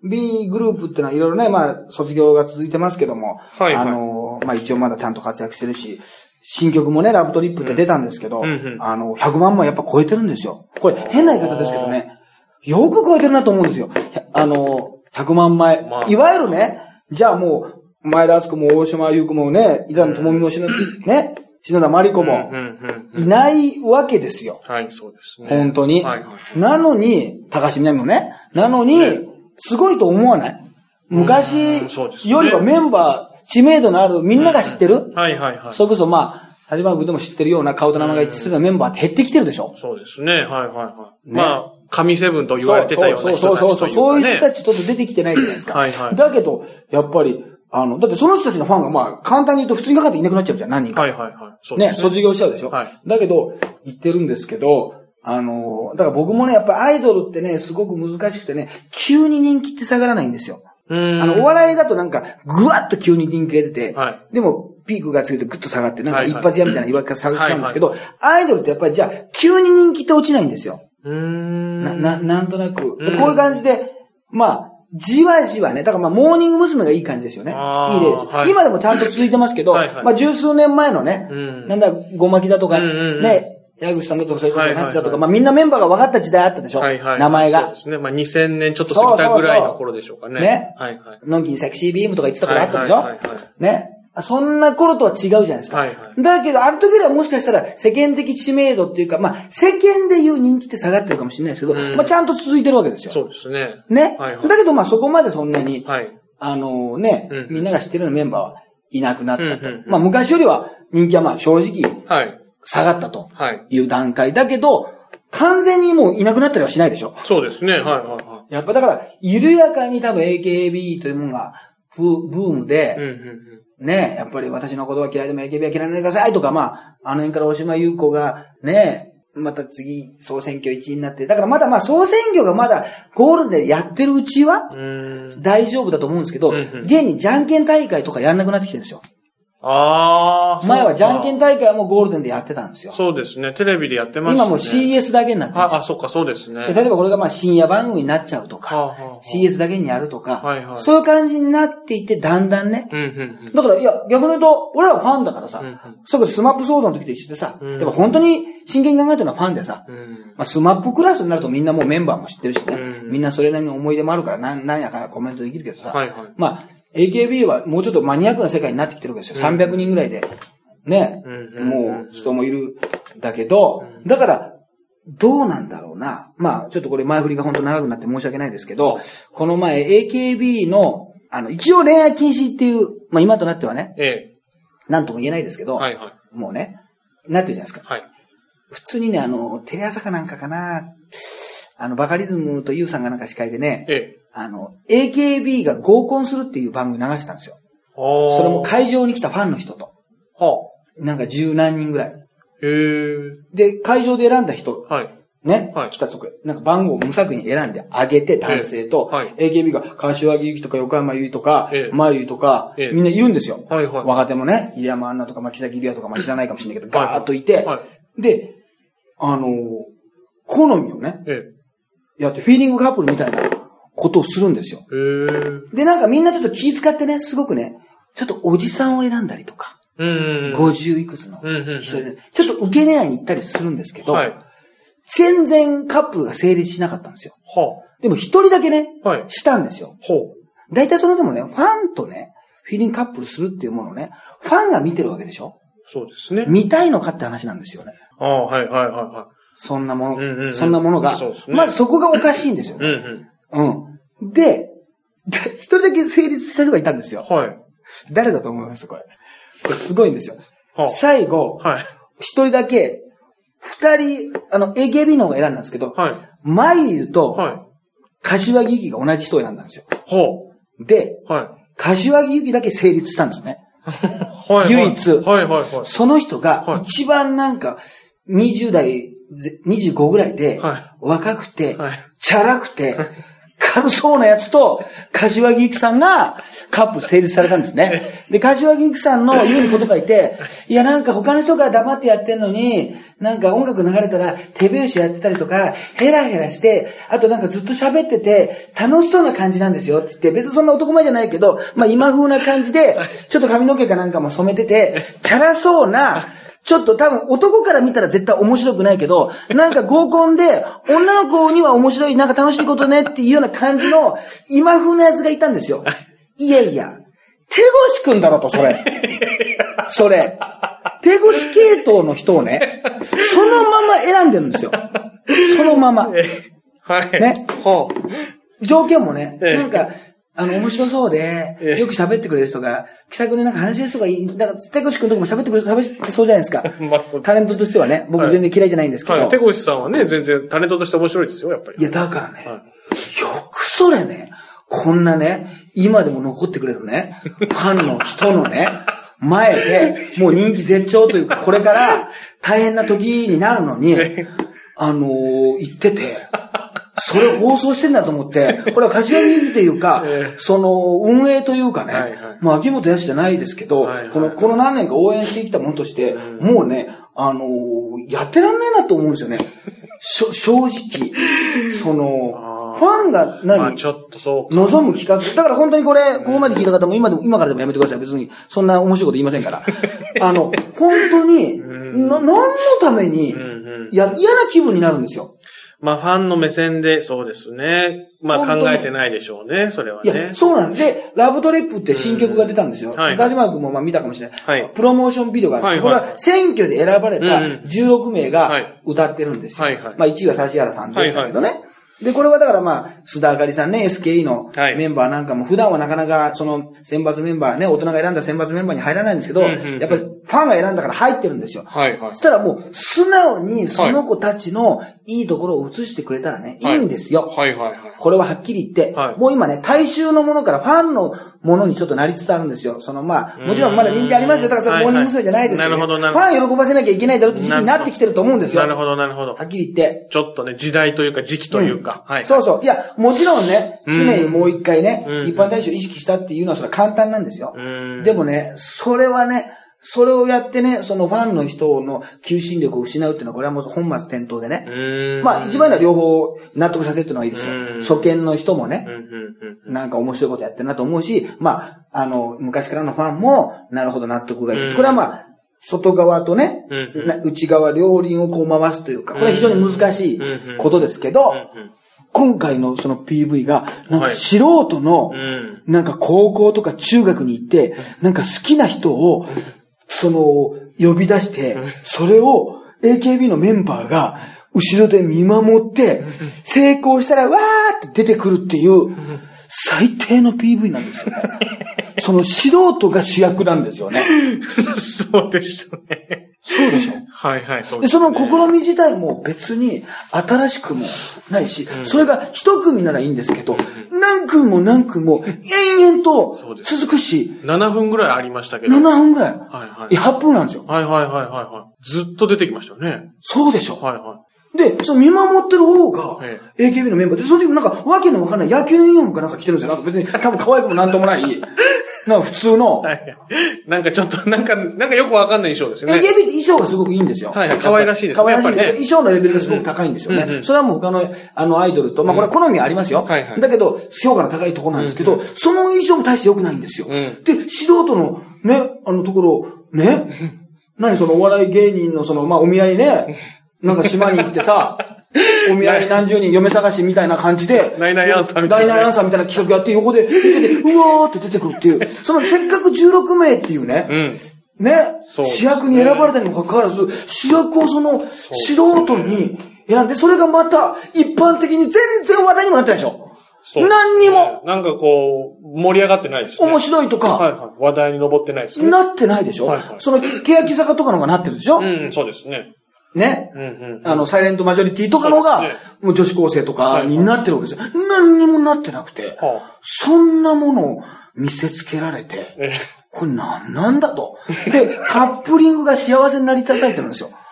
B グループってのはいろいろね、まあ、卒業が続いてますけども、 はいはい、 まあ一応まだちゃんと活躍してるし、新曲もね、ラブトリップって出たんですけど、100万枚やっぱ超えてるんですよ。これ変な言い方ですけどね、よく超えてるなと思うんですよ。100万枚。いわゆるね、じゃあもう、前田敦子も大島優子もね、井田智美もね、篠田麻里子も、いないわけですよ。 はい、そうですね。 本当に。なのに、高橋みなみもね、なのに、すごいと思わない？昔よりはメンバー、知名度のある、みんなが知ってる？ はいはいはい。 それこそまあ、はじまぐでも知ってるような顔と名前が一致するようなメンバーって減ってきてるでしょ？ そうですね。はいはいはい。まあ、神セブンと言われてたような人たちというかね。 そういう人たちちょっと出てきてないじゃないですか。はいはい。だけど、やっぱり、だってその人たちのファンがまあ、簡単に言うと普通にかかっていなくなっちゃうじゃん、何人か。はいはいはい。そうですね。卒業しちゃうでしょ？はい。だけど、言ってるんですけど、だから僕もね、やっぱアイドルってね、すごく難しくてね、急に人気って下がらないんですよ。お笑いだとなんか、ぐわっと急に人気が出て、はい、でも、ピークがついてぐっと下がって、なんか一発屋みたいな言われ方されてたんですけど、アイドルってやっぱりじゃあ、急に人気って落ちないんですよ。なんとなく。こういう感じで、まあ、じわじわね。だからまあ、モーニング娘。がいい感じですよね。いい例です。はい、今でもちゃんと続いてますけど、はいはい、まあ、十数年前のね、なんだ、ごまきだとか、ね、矢口さんだとか、それこそナチだとか、まあみんなメンバーが分かった時代あったでしょ？はいはい。名前が。そうですね。まあ2000年ちょっと過ぎたぐらいの頃でしょうかね。 ね。はいはい。のんきにセクシービームとか言ってた頃あったでしょ？はいはい。ね。そんな頃とは違うじゃないですか。はいはい。だけど、ある時はもしかしたら世間的知名度っていうか、まあ世間で言う人気って下がってるかもしれないですけど、まあちゃんと続いてるわけですよ。 そうですね。 ね。はいはい。だけどまあそこまでそんなに、はい。ね、みんなが知ってるようなメンバーはいなくなったと。まあ昔よりは人気はまあ正直、はい。下がったという段階。だけど、完全にもういなくなったりはしないでしょ？ そうですね。はいはいはい。 やっぱだから、緩やかに多分 AKB というものがブームで、ね、やっぱり私の言葉嫌いでも AKB は嫌いになってくださいとか、まあ、あの辺から大島優子がね、また次総選挙1位になって、だからまだまあ総選挙がまだゴールでやってるうちは大丈夫だと思うんですけど、現にじゃんけん大会とかやんなくなってきてるんですよ。前はじゃんけん大会はもうゴールデンでやってたんですよ。 そうですね。テレビでやってましたね。 今もう CS だけになってるんですよ。 そっか、そうですね。 例えばこれがまあ深夜番組になっちゃうとか、CS だけにやるとか、そういう感じになっていってだんだんね。だから、いや、逆に言うと、俺らはファンだからさ、それこそスマップ騒動の時と一緒でさ、やっぱ本当に真剣に考えてるのはファンでさ、まあスマップクラスになるとみんなもうメンバーも知ってるしね、みんなそれなりに思い出もあるから何やかんやコメントできるけどさ、まあ、AKB はもうちょっとマニアックな世界になってきてるわけですよ。300人ぐらいで。ね。もう人もいる。だけど、だから、どうなんだろうな。まあ、ちょっとこれ前振りが本当長くなって申し訳ないですけど、この前 AKB の、一応恋愛禁止っていう、まあ今となってはね、なんとも言えないですけど、もうね、なってるじゃないですか。普通にね、テレ朝かなんかかな、バカリズムとユウさんがなんか司会でね、AKB が合コンするっていう番組流してたんですよ。それも会場に来たファンの人と。なんか10何人ぐらい。で、会場で選んだ人。ね。来たとこ、なんか番号を無作為に選んであげて、男性と、AKB が柏木由紀とか横山由依とか、真由とか、みんないるんですよ。若手もね、入山アンナとか牧崎リアとか、まあ知らないかもしれないけど、ガーッといて、で、好みをね、やって、フィーリングカップルみたいなことをするんですよ。で、なんかみんなちょっと気遣ってね、すごくね、ちょっとおじさんを選んだりとか、50いくつの人で、ちょっと受け狙いに行ったりするんですけど、全然カップルが成立しなかったんですよ。でも一人だけね、したんですよ。大体そのでもね、ファンとね、フィーリングカップルするっていうものをね、ファンが見てるわけでしょ？ そうですね。 見たいのかって話なんですよね。そんなもの、そんなものが、まずそこがおかしいんですよね。で、一人だけ成立した人がいたんですよ。誰だと思いますこれ。これすごいんですよ。最後、一人だけ、二人、AKB の方が選んだんですけど、真由と、柏木由紀が同じ人を選んだんですよ。で、柏木由紀だけ成立したんですね。唯一。その人が一番なんか、20代、25ぐらいで、若くて、チャラくて、 軽そうなやつと、柏木由紀さんがカップ成立されたんですね。で、柏木由紀さんの言うこと書いて、いやなんか他の人が黙ってやってんのに、なんか音楽流れたら手拍子やってたりとか、ヘラヘラして、あとなんかずっと喋ってて、楽しそうな感じなんですよって言って、別にそんな男前じゃないけど、まあ今風な感じで、ちょっと髪の毛かなんかも染めてて、チャラそうな、ちょっと多分男から見たら絶対面白くないけど、なんか合コンで女の子には面白い、なんか楽しいことねっていうような感じの今風なやつがいたんですよ。いやいや、手越くんだろと、それ。それ。手越系統の人をね、そのまま選んでるんですよ。そのまま。 はい。 ね。条件もね、なんか、面白そうで、よく喋ってくれる人が、気さくになんか話しやすい人がいい。だから、手越くんとかも喋ってそうじゃないですか。タレントとしてはね、僕全然嫌いじゃないんですけど。はい、 手越さんはね、全然タレントとして面白いですよ、やっぱり。 いや、だからね、よくそれね、こんなね、今でも残ってくれるね、ファンの人のね、前で、もう人気絶頂というか、これから大変な時になるのに、言ってて、それを放送してんだと思って、これは柏木っていうか、その運営というかね、まあ秋元康じゃないですけど、この何年か応援してきたものとして、もうね、やってらんないなと思うんですよね。正直、ファンがちょっとそう望む企画。だから本当にこれ、ここまで聞いた方も今からでもやめてください。別に、そんな面白いこと言いませんから。本当に、何のために、嫌な気分になるんですよ。 まあ、ファンの目線で、そうですね。まあ、考えてないでしょうね、それはね。 いや、そうなんです。で、ラブトリップって新曲が出たんですよ。ガジマー君もまあ見たかもしれない。はい。プロモーションビデオがあって、これは選挙で選ばれた16名が歌ってるんですよ。はいはい。まあ、1位は指原さんでしたけどね。で、これはだからまあ、須田あかりさんね、SKE のメンバーなんかも、普段はなかなか、その、選抜メンバーね、大人が選んだ選抜メンバーに入らないんですけど、やっぱりファンが選んだから入ってるんですよ。はいはい。そしたらもう、素直にその子たちのいいところを映してくれたらね、いいんですよ。はいはいはい。これははっきり言って、もう今ね、大衆のものからファンのものにちょっとなりつつあるんですよ。まあ、もちろんまだ人気ありますよ。だからそれモーニング娘。じゃないですけど、ね。なるほどなるほど。ファン喜ばせなきゃいけないだろうって時期になってきてると思うんですよ。 なるほどなるほど。 はっきり言って。 ちょっとね、時代というか時期というか。はい。 そうそう。いや、もちろんね、常にもう一回ね、一般大衆を意識したっていうのはそれは簡単なんですよ。でもね、それはね、それをやってね、そのファンの人の求心力を失うっていうのは、これはもう本末転倒でね。まあ、一番の両方納得させるっていうのはいいですよ。初見の人もね、なんか面白いことやってるなと思うし、まあ、昔からのファンも、なるほど納得がいい。これはまあ、外側とね、内側両輪をこう回すというか、これは非常に難しいことですけど、今回のその PV が、なんか素人の、なんか高校とか中学に行って、なんか好きな人を、呼び出して、それを AKB のメンバーが後ろで見守って、成功したらわーって出てくるっていう、最低の PV なんですよね。その素人が主役なんですよね。 そうでしたね。 そうでしょ。 はいはい。 で、その試み自体も別に新しくもないし、それが一組ならいいんですけど、何組も何組も延々と続くし。 7分ぐらいありましたけど。 7分ぐらい。 はいはい。 8分なんですよ。 はいはいはいはい。ずっと出てきましたよね。 そうでしょ。 はいはい。 で、その見守ってる方が、AKB のメンバーで、その時なんか、わけのわかんない野球のユニフォームかなんか着てるんですよ。なんか別に多分可愛くもなんともない、なんか普通の。 なんかちょっと、なんかよくわかんない衣装ですよね。 AKB って衣装がすごくいいんですよ。 はいはい、可愛らしいですね。 可愛らしいね。衣装のレベルがすごく高いんですよね。それはもう他のアイドルと、まあこれは好みありますよ。だけど、評価の高いところなんですけど、その衣装も大して良くないんですよ。で、素人のね、ところ、ね、何そのお笑い芸人のまあお見合いね、なんか島に行ってさ、お見合い何十人嫁探しみたいな感じで、 ナイナイアンサーみたいな。 ナイナイアンサーみたいな企画やって横で見てて、うわーって出てくるっていう、せっかく16名っていうね、ね、主役に選ばれたにもかかわらず、主役を素人に選んで、それがまた一般的に全然話題にもなってないでしょ。何にも。 なんかこう、盛り上がってないですね。 面白いとか。 はいはい。話題に上ってないですね。 なってないでしょ。はいはい。欅坂とかのがなってるでしょ。 そうですね。 ね。サイレントマジョリティとかのが、もう女子高生とかになってるわけですよ。何にもなってなくて、そんなものを見せつけられて、これ何なんだと。で、カップリングが幸せになりたされてるんですよ。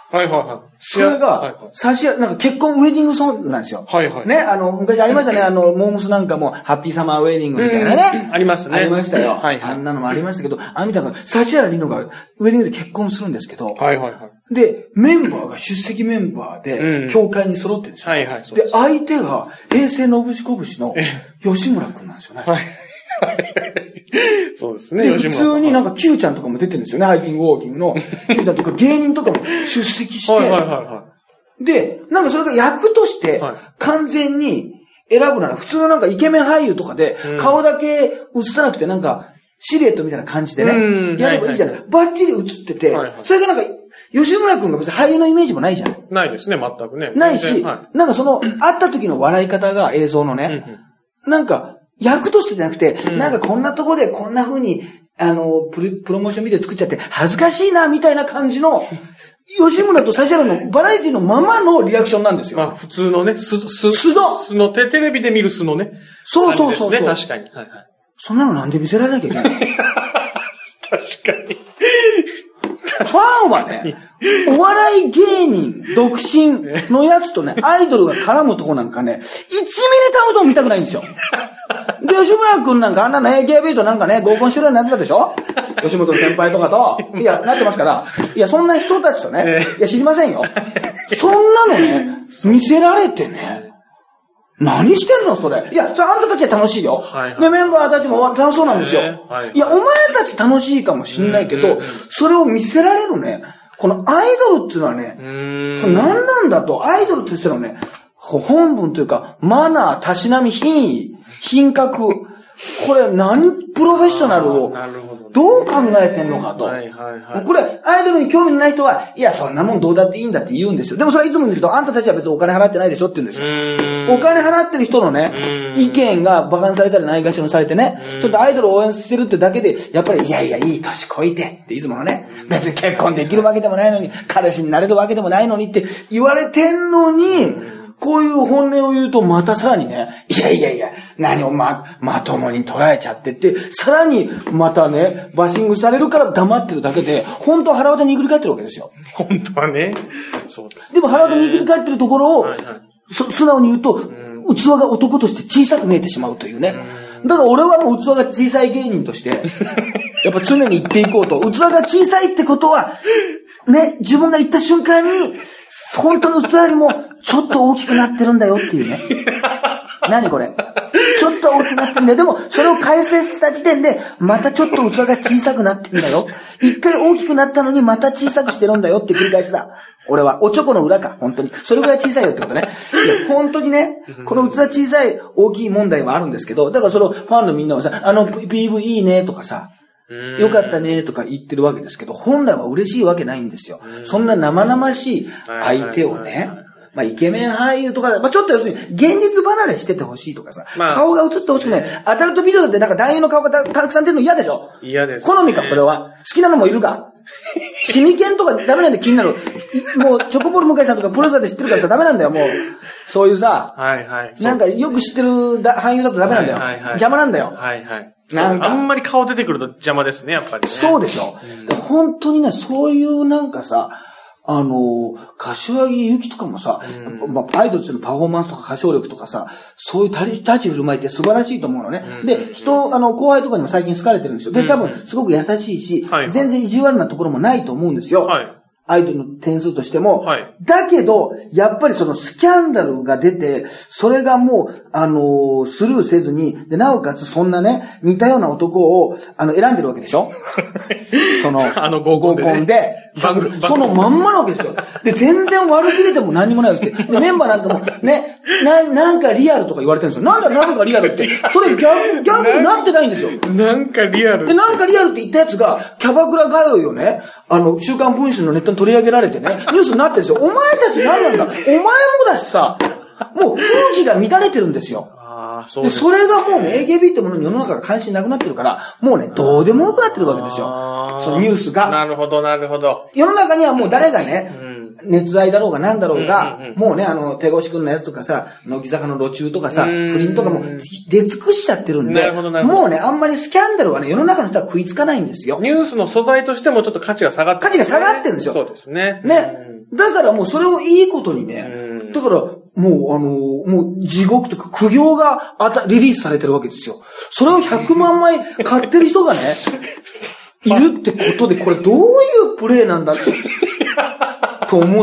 はいはいはい。 それが、なんか結婚ウェディングソングなんですよ。はいはい。ね、昔ありましたね、モームスなんかも、ハッピーサマーウェディングみたいなね。 ありますね。 ありましたよ。はいはい。あんなのもありましたけど、みたいな、指原莉乃がウェディングで結婚するんですけど、はいはいはい。で、メンバーが出席メンバーで、教会に揃ってるんですよ。はいはい。で、相手が、平成のぶしこぶしの吉村くんなんですよね。はい。 そうですね。 で、普通になんか Q ちゃんとかも出てるんですよね。ハイキングウォーキングの Q ちゃんとか芸人とかも出席して。はいはいはい。で、なんかそれが役として完全に選ぶなら、普通のなんかイケメン俳優とかで顔だけ映さなくてなんかシルエットみたいな感じでね、やればいいじゃない。バッチリ映ってて、それがなんか吉村くんが別に俳優のイメージもないじゃない。 ないですね、全くね。 ないし、なんかその会った時の笑い方が映像のね、なんか役としてじゃなくて、なんかこんなとこでこんな風に、プロモーションビデオ作っちゃって恥ずかしいな、みたいな感じの、吉村と指原のバラエティのままのリアクションなんですよ。 まあ普通のね、素のテレビで見る素のね。 そうそうそう。 ね、確かに。はいはい。 そんなのなんで見せられなきゃいけない確かに。 ファンはね、お笑い芸人、独身のやつとね、アイドルが絡むとこなんかね、1ミリたまとも見たくないんですよ。で、吉村くんなんかあんなの AKB となんかね、合コンしてるようなやつだでしょ吉本の先輩とかと、いや、なってますから、いや、そんな人たちとね、いや、知りませんよ。そんなのね、見せられてね、何してんのそれ。いや、それあんたたちは楽しいよ。はいはい、で、メンバーたちも楽しそうなんですよ。いや、お前たち楽しいかもしんないけど、それを見せられるね、このアイドルっていうのはね、何なんだと、アイドルとしてのね、本文というか、マナー、たしなみ、品位、品格、これプロフェッショナルをどう考えてんのかと。これ、アイドルに興味のない人は、いや、そんなもんどうだっていいんだって言うんですよ。でもそれはいつも言うけど、あんたたちは別にお金払ってないでしょって言うんですよ。お金払ってる人のね、意見が馬鹿にされたりないがしろにされてね、ちょっとアイドルを応援してるってだけで、やっぱり、いやいや、いい年こいてっていつものね、別に結婚できるわけでもないのに、彼氏になれるわけでもないのにって言われてんのに、こういう本音を言うとまたさらにね、いや、何をまともに捉えちゃってって、さらにまたね、バッシングされるから黙ってるだけで、本当は腹渡にぐり返ってるわけですよ。 本当はね。そうです、 ね。でも腹渡にぐり返ってるところを、素直に言うと、器が男として小さく見えてしまうというね。だから俺はもう器が小さい芸人として、やっぱ常に言っていこうと。器が小さいってことは、ね、自分が言った瞬間に、本当の器よりもちょっと大きくなってるんだよっていうね。何これ。ちょっと大きくなってるんだよ。でも、それを解説した時点で、またちょっと器が小さくなってるんだよ。一回大きくなったのにまた小さくしてるんだよって繰り返しだ。俺は、おちょこの裏か、本当に。それぐらい小さいよってことね。いや、本当にね、この器小さい大きい問題はあるんですけど、だからそのファンのみんなはさ、PV いいねとかさ、よかったねとか言ってるわけですけど、本来は嬉しいわけないんですよ。そんな生々しい相手をね、まあイケメン俳優とか、まあちょっと要するに現実離れしててほしいとかさ、顔が映ってほしくない。アダルトビデオだってなんか男優の顔がたくさん出るの嫌でしょ？ 嫌です。 好みか、それは。好きなのもいるか。シミケンとかダメなんで気になる。もうチョコボール向井さんとかプロレスラーで知ってるからさ、ダメなんだよ、もう。そういうさ、なんかよく知ってる俳優だとダメなんだよ。邪魔なんだよ。 なんかあんまり顔出てくると邪魔ですね、やっぱりね。 そうでしょ。本当にね、そういうなんかさ、柏木由紀とかもさ、まあ、アイドルっていうのパフォーマンスとか歌唱力とかさ、そういう立ち振る舞いって素晴らしいと思うのね。で、後輩とかにも最近好かれてるんですよ。で、多分すごく優しいし、全然意地悪なところもないと思うんですよ。アイドルの点数としても。だけど、やっぱりそのスキャンダルが出て、それがもう、スルーせずに、で、なおかつそんなね、似たような男を、選んでるわけでしょその、合コンで、そのまんまなわけですよ。で、全然悪気出ても何もないですって。で、メンバーなんかも、ね、なんかリアルとか言われてるんですよ。なんかリアルって。それギャグになってないんですよ。 なんかリアル。 で、なんかリアルって言ったやつが、キャバクラ通いをね、週刊文春のネットに取り上げられてね、ニュースになってるんですよ。お前たち何なんだ。お前もだしさ、もう風紀が乱れてるんですよ。 そうです。 で、それがもうね、AKB ってものに世の中が関心なくなってるから、もうね、どうでもよくなってるわけですよ。そのニュースが。 なるほど。 世の中にはもう誰がね、 熱愛だろうが何だろうが、もうね、手越くんのやつとかさ、乃木坂の路中とかさ、不倫とかも出尽くしちゃってるんで、もうね、あんまりスキャンダルはね、世の中の人は食いつかないんですよ。 ニュースの素材としてもちょっと価値が下がってる、 価値が下がってるんですよ。 そうですね。 ね。だからもうそれをいいことにね、だからもう地獄というか苦行がリリースされてるわけですよ。それを100万枚買ってる人がね、いるってことで、これどういうプレイなんだと思って。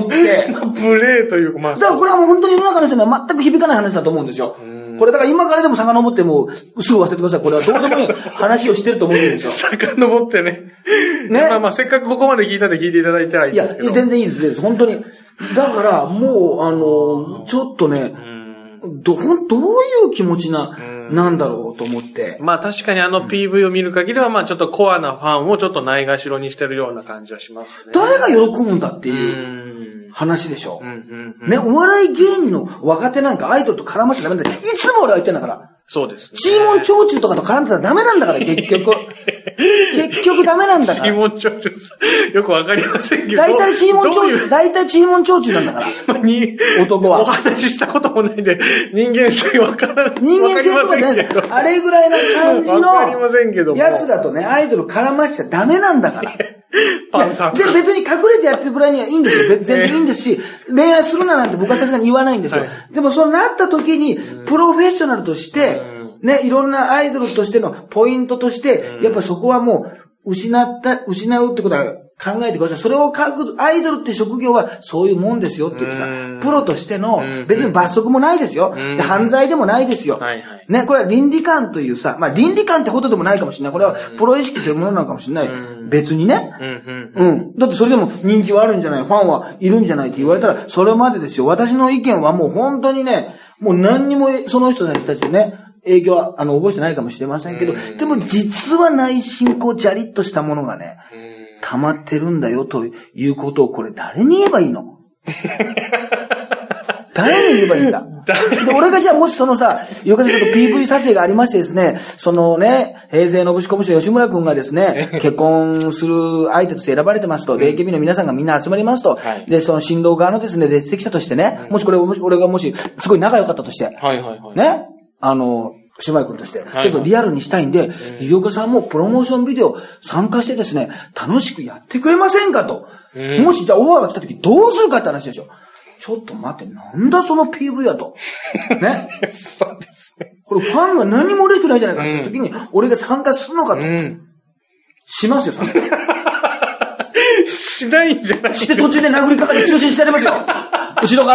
プレイというか、まあ。 だからこれはもう本当に世の中の人には全く響かない話だと思うんですよ。これだから今からでも遡ってもすぐ忘れてください。これはどうでもいい話をしてると思うんですよ。 遡ってね。ね。まあせっかくここまで聞いたんで聞いていただいたらいいですけど。 いや、全然いいです。本当に。だからもう、ちょっとね、どういう気持ちなんだろうと思って。 まあ確かにPV を見る限りは、まあちょっとコアなファンをちょっとないがしろにしてるような感じはしますね。 誰が喜ぶんだっていう話でしょ。ね、お笑い芸人の若手なんかアイドルと絡ましちゃダメだ。いつも俺は言ってんだから。 そうですね。 チーモン長中とかと絡んでたらダメなんだから、結局。結局ダメなんだから。 チーモン長中よくわかりませんけど。 大体チーモン長中なんだから。男は。 お話ししたこともないんで、人間性わからない。 人間性とかじゃないです。あれぐらいな感じのやつだとね、アイドル絡ましちゃダメなんだから。で、別に隠れてやってるぐらいにはいいんですよ。全然いいんですし、恋愛するななんて僕はさすがに言わないんですよ。でもそうなった時に、プロフェッショナルとして、ね、いろんなアイドルとしてのポイントとして、やっぱそこはもう、失うってことは考えてください。それをアイドルって職業はそういうもんですよっていうさ、プロとしての、別に罰則もないですよ。で犯罪でもないですよ。ね、これは倫理観というさ、まあ倫理観ってほどでもないかもしれない。これはプロ意識というものなのかもしれない。別にね。だってそれでも人気はあるんじゃない、ファンはいるんじゃないって言われたら、それまでですよ。私の意見はもう本当にね、もう何にもその人たちでね、影響は覚えてないかもしれませんけど、でも実は内心こうジャリッとしたものがね、溜まってるんだよということをこれ誰に言えばいいの？誰に言えばいいんだ？で、俺がじゃあもしそのさ、よくちょっと PV 撮影がありましてですね、そのね、平成のぶしこぶしの吉村くんがですね、結婚する相手として選ばれてますと、AKB の皆さんがみんな集まりますと、で、その新郎側のですね、列席者としてね、もし俺がもし、すごい仲良かったとして、ね、姉妹くんとして、ちょっとリアルにしたいんで、井岡さんもプロモーションビデオ参加してですね、楽しくやってくれませんかと。もしじゃあオファーが来た時どうするかって話でしょ。ちょっと待って、なんだその PV やと。ね。 そうですね。 これファンが何も嬉しくないじゃないかって時に、俺が参加するのかと。しますよ、参加。 しないんじゃないして途中で殴りかかって中心してやりますよ。後ろから。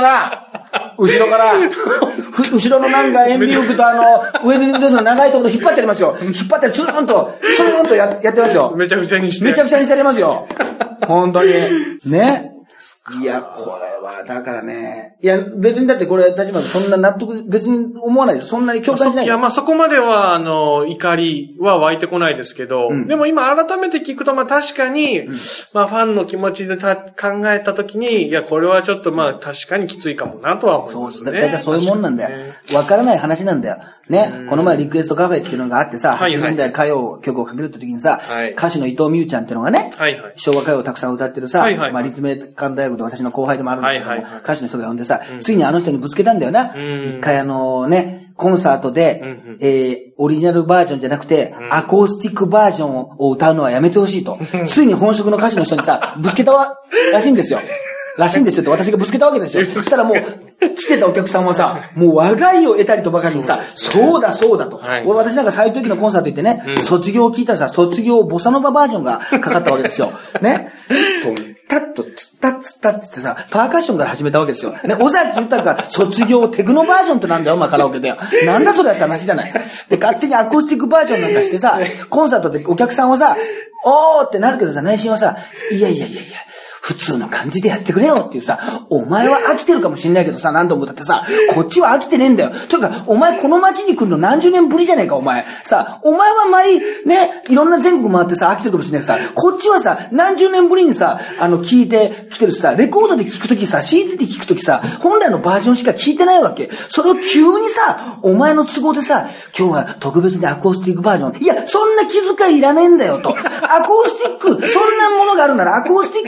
後ろのなんか塩ビ力と上での長いところ引っ張ってやりますよ。引っ張ってスーンとやってますよ。 めちゃくちゃにして。 めちゃくちゃにしてやりますよ。本当に。ね。いや、これは、だからね。いや、別にだってこれ、立花そんな納得、別に思わないです。そんなに共感しない。 いや、まあ、そこまでは、怒りは湧いてこないですけど、でも今改めて聞くと、まあ、確かに、まあ、ファンの気持ちで考えたときに、いや、これはちょっとまあ、確かにきついかもなとは思いますね。 だいたいそういうもんなんだよ。わからない話なんだよ。ね。この前リクエストカフェっていうのがあってさ、80年代歌謡曲をかけるって時にさ、歌手の伊藤美優ちゃんっていうのがね、昭和歌謡をたくさん歌ってるさ、まあ、立命館大学で私の後輩でもあるんだけども、歌手の人が呼んでさ、ついにあの人にぶつけたんだよな。一回ね、コンサートで、オリジナルバージョンじゃなくて、アコースティックバージョンを歌うのはやめてほしいと。ついに本職の歌手の人にさ、ぶつけたらしいんですよ。って私がぶつけたわけですよ。そしたらもう、来てたお客さんはさ、もう話題を得たりとばかりにさ、そうだと。私なんか最時のコンサート行ってね、卒業を聞いたらさ、卒業ボサノババージョンがかかったわけですよ。ね。タッと、タッツタッツってさ、パーカッションから始めたわけですよ。ね、尾崎豊が卒業テクノバージョンってなんだよ、まあカラオケで。なんだそれやった話じゃない。で、勝手にアコースティックバージョンなんかしてさ、コンサートでお客さんはさ、おーってなるけどさ、内心はさ、いや、普通の感じでやってくれよっていうさ、お前は飽きてるかもしんないけどさ、何度もだってさ、こっちは飽きてねえんだよ。というか、お前この街に来るの何十年ぶりじゃねえか、お前。さ、お前はね、いろんな全国回ってさ、飽きてるかもしんないけどさ、こっちはさ、何十年ぶりにさ、聞いてきてるしさ、レコードで聞くときさ、CD で聞くときさ、本来のバージョンしか聞いてないわけ。それを急にさ、お前の都合でさ、今日は特別にアコースティックバージョン。いや、そんな気遣いいらねえんだよと。アコースティック、そんなものがあるならアコースティックってもの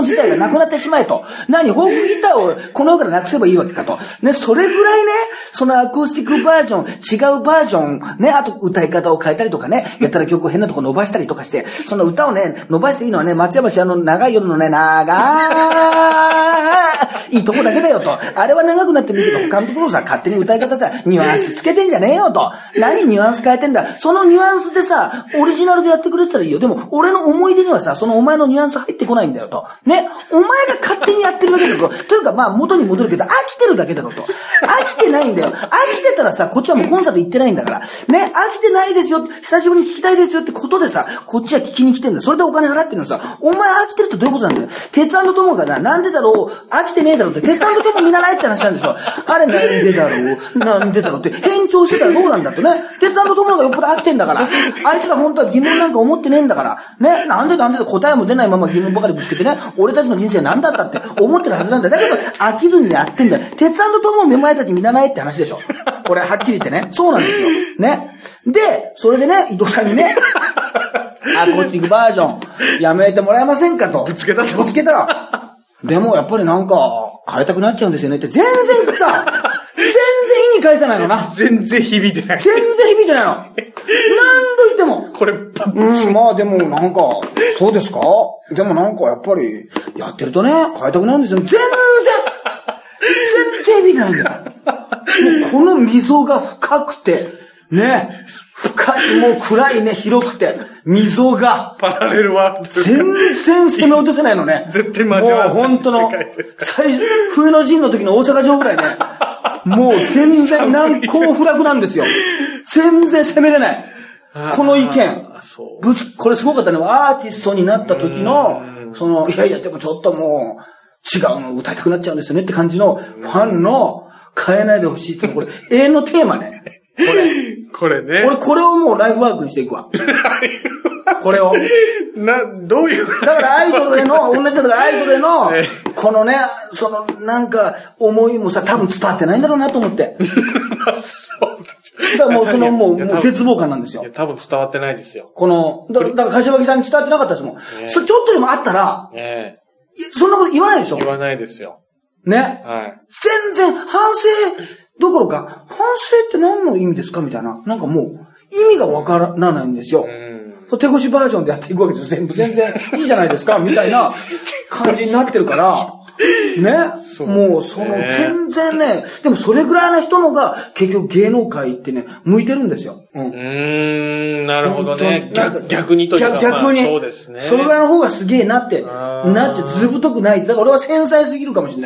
の事態がなくなってしまえと。何、フォークギターをこの世からなくせばいいわけかと。ね、それぐらいね、そのアコースティックバージョン、違うバージョン、ね、あと歌い方を変えたりとかね、やったら曲を変なとこ伸ばしたりとかして、その歌をね、伸ばしていいのはね、松山市長い夜のね、いいとこだけだよと。あれは長くなってもいいけど、他のところさ、勝手に歌い方さ、ニュアンスつけてんじゃねえよと。何ニュアンス変えてんだ。そのニュアンスでさ、オリジナルでやってくれてたらいいよ。でも、俺の思い出にはさ、そのお前のニュアンス入ってこないんだよと。ね。お前が勝手にやってるわけだと。というか、まあ、元に戻るけど、飽きてるだけだろと。飽きてないんだよ。飽きてたらさ、こっちはもうコンサート行ってないんだから。ね。飽きてないですよ。久しぶりに聞きたいですよってことでさ、こっちは聞きに来てんだよ。それでお金払ってるのさ、お前飽きてるってどういうことなんだよ。鉄&トモがなんでだろう、飽きてねえだろうって、鉄&トモ見習えって話なんですよ。あれなんでだろう、なんでだろうって、返聴してたらどうなんだってね。鉄&トモがよっぽど飽きてんだから。あいつら本当は疑問なんか思ってねえんだから。ね。なんで答えも出ないまま疑問ばかりぶつけてね、俺たちの人生何だったって思ってるはずなんだよ。だけど、飽きずにやってんだよ。鉄&トモをめまいたち見習えって話でしょ。これはっきり言ってね。そうなんですよ。ね。で、それでね、伊藤さんにね、アコースティックバージョン、やめてもらえませんかと。 ぶつけたら。でもやっぱりなんか、変えたくなっちゃうんですよねって、全然さ、全然意味返さないのな。 全然響いてない。 全然響いてないの。何度言っても。 これ、 まあでもなんか、そうですか？でもなんかやっぱり、やってるとね、変えたくなるんですよ。全然響いてないんだよ。もうこの溝が深くて、ね、深い、もう暗いね、広くて、溝が。 パラレルワールド。 全然攻め落とせないのね。 絶対交わらない。 もう本当の、冬の陣の時の大阪城ぐらいね。もう全然難攻不落なんですよ。全然攻めれない。この意見。これすごかったね。アーティストになった時の、いやいや、でもちょっともう、違うの歌いたくなっちゃうんですよねって感じの、ファンの、変えないでほしいって、これ、永遠のテーマね。 これね。 俺これをもうライフワークにしていくわ。これを。 どういうだからアイドルへの、同じだからアイドルへの、このね、なんか、思いもさ、多分伝わってないんだろうなと思って。だからもうもう絶望感なんですよ。 いや、多分伝わってないですよ。 だから柏木さんに伝わってなかったですもん。ちょっとでもあったら、そんなこと言わないでしょ？ 言わないですよ。 ね。 はい。 全然、反省どころか、反省って何の意味ですかみたいな。なんかもう、意味がわからないんですよ。手越しバージョンでやっていくわけですよ。全然いいじゃないですかみたいな感じになってるから、ね。もう、全然ね、でもそれぐらいの人のが、結局芸能界ってね、向いてるんですよ。 なるほどね。逆にというか、 逆に。 そうですね。 それぐらいの方がすげえなって、なっちゃずぶとくない。だから俺は繊細すぎるかもしれない、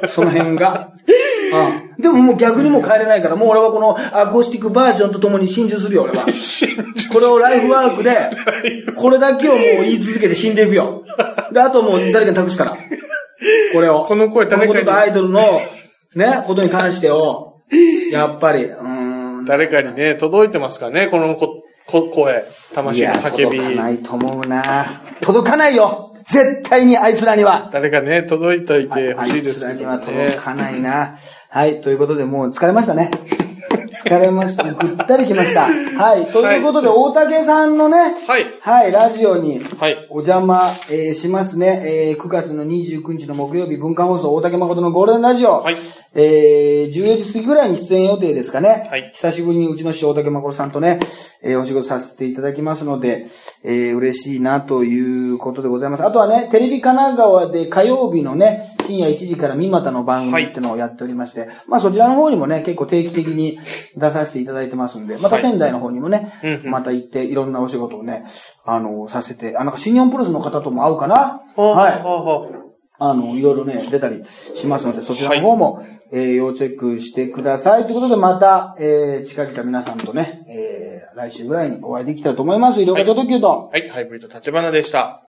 その辺が。でももう逆にもう変えれないから、もう俺はこのアコースティックバージョンとともに心中するよ、俺は。これをライフワークで、これだけをもう言い続けて死んでいくよ。で、あともう誰かに託すから。これを。 この声誰かに。 このこととアイドルの、ね、ことに関してを、やっぱり、 誰かにね、届いてますかね、この声、魂の叫び。 届かないと思うな。届かないよ絶対にあいつらには。 誰かね、届いといてほしいですけどね。 あいつらには届かないな。はい、ということでもう疲れましたね。疲れました。ぐったりきました。はい。ということで、大竹さんのね、はい、ラジオにお邪魔、しますね。9月の29日の木曜日、文化放送大竹誠のゴールデンラジオ。14時過ぎぐらいに出演予定ですかね。久しぶりにうちの師匠大竹誠さんとね、お仕事させていただきますので、嬉しいなということでございます。あとはね、テレビ神奈川で火曜日のね、深夜1時から三股の番組ってのをやっておりまして、まあそちらの方にもね、結構定期的に出させていただいてますんで、また仙台の方にもね、また行っていろんなお仕事をね、させて、なんか新日本プロレスの方とも会うかな？いろいろね、出たりしますので、そちらの方も、要チェックしてください。ということで、また、近々皆さんとね、来週ぐらいにお会いできたらと思います。医療課長特急と。 はい、ハイブリッド立花でした。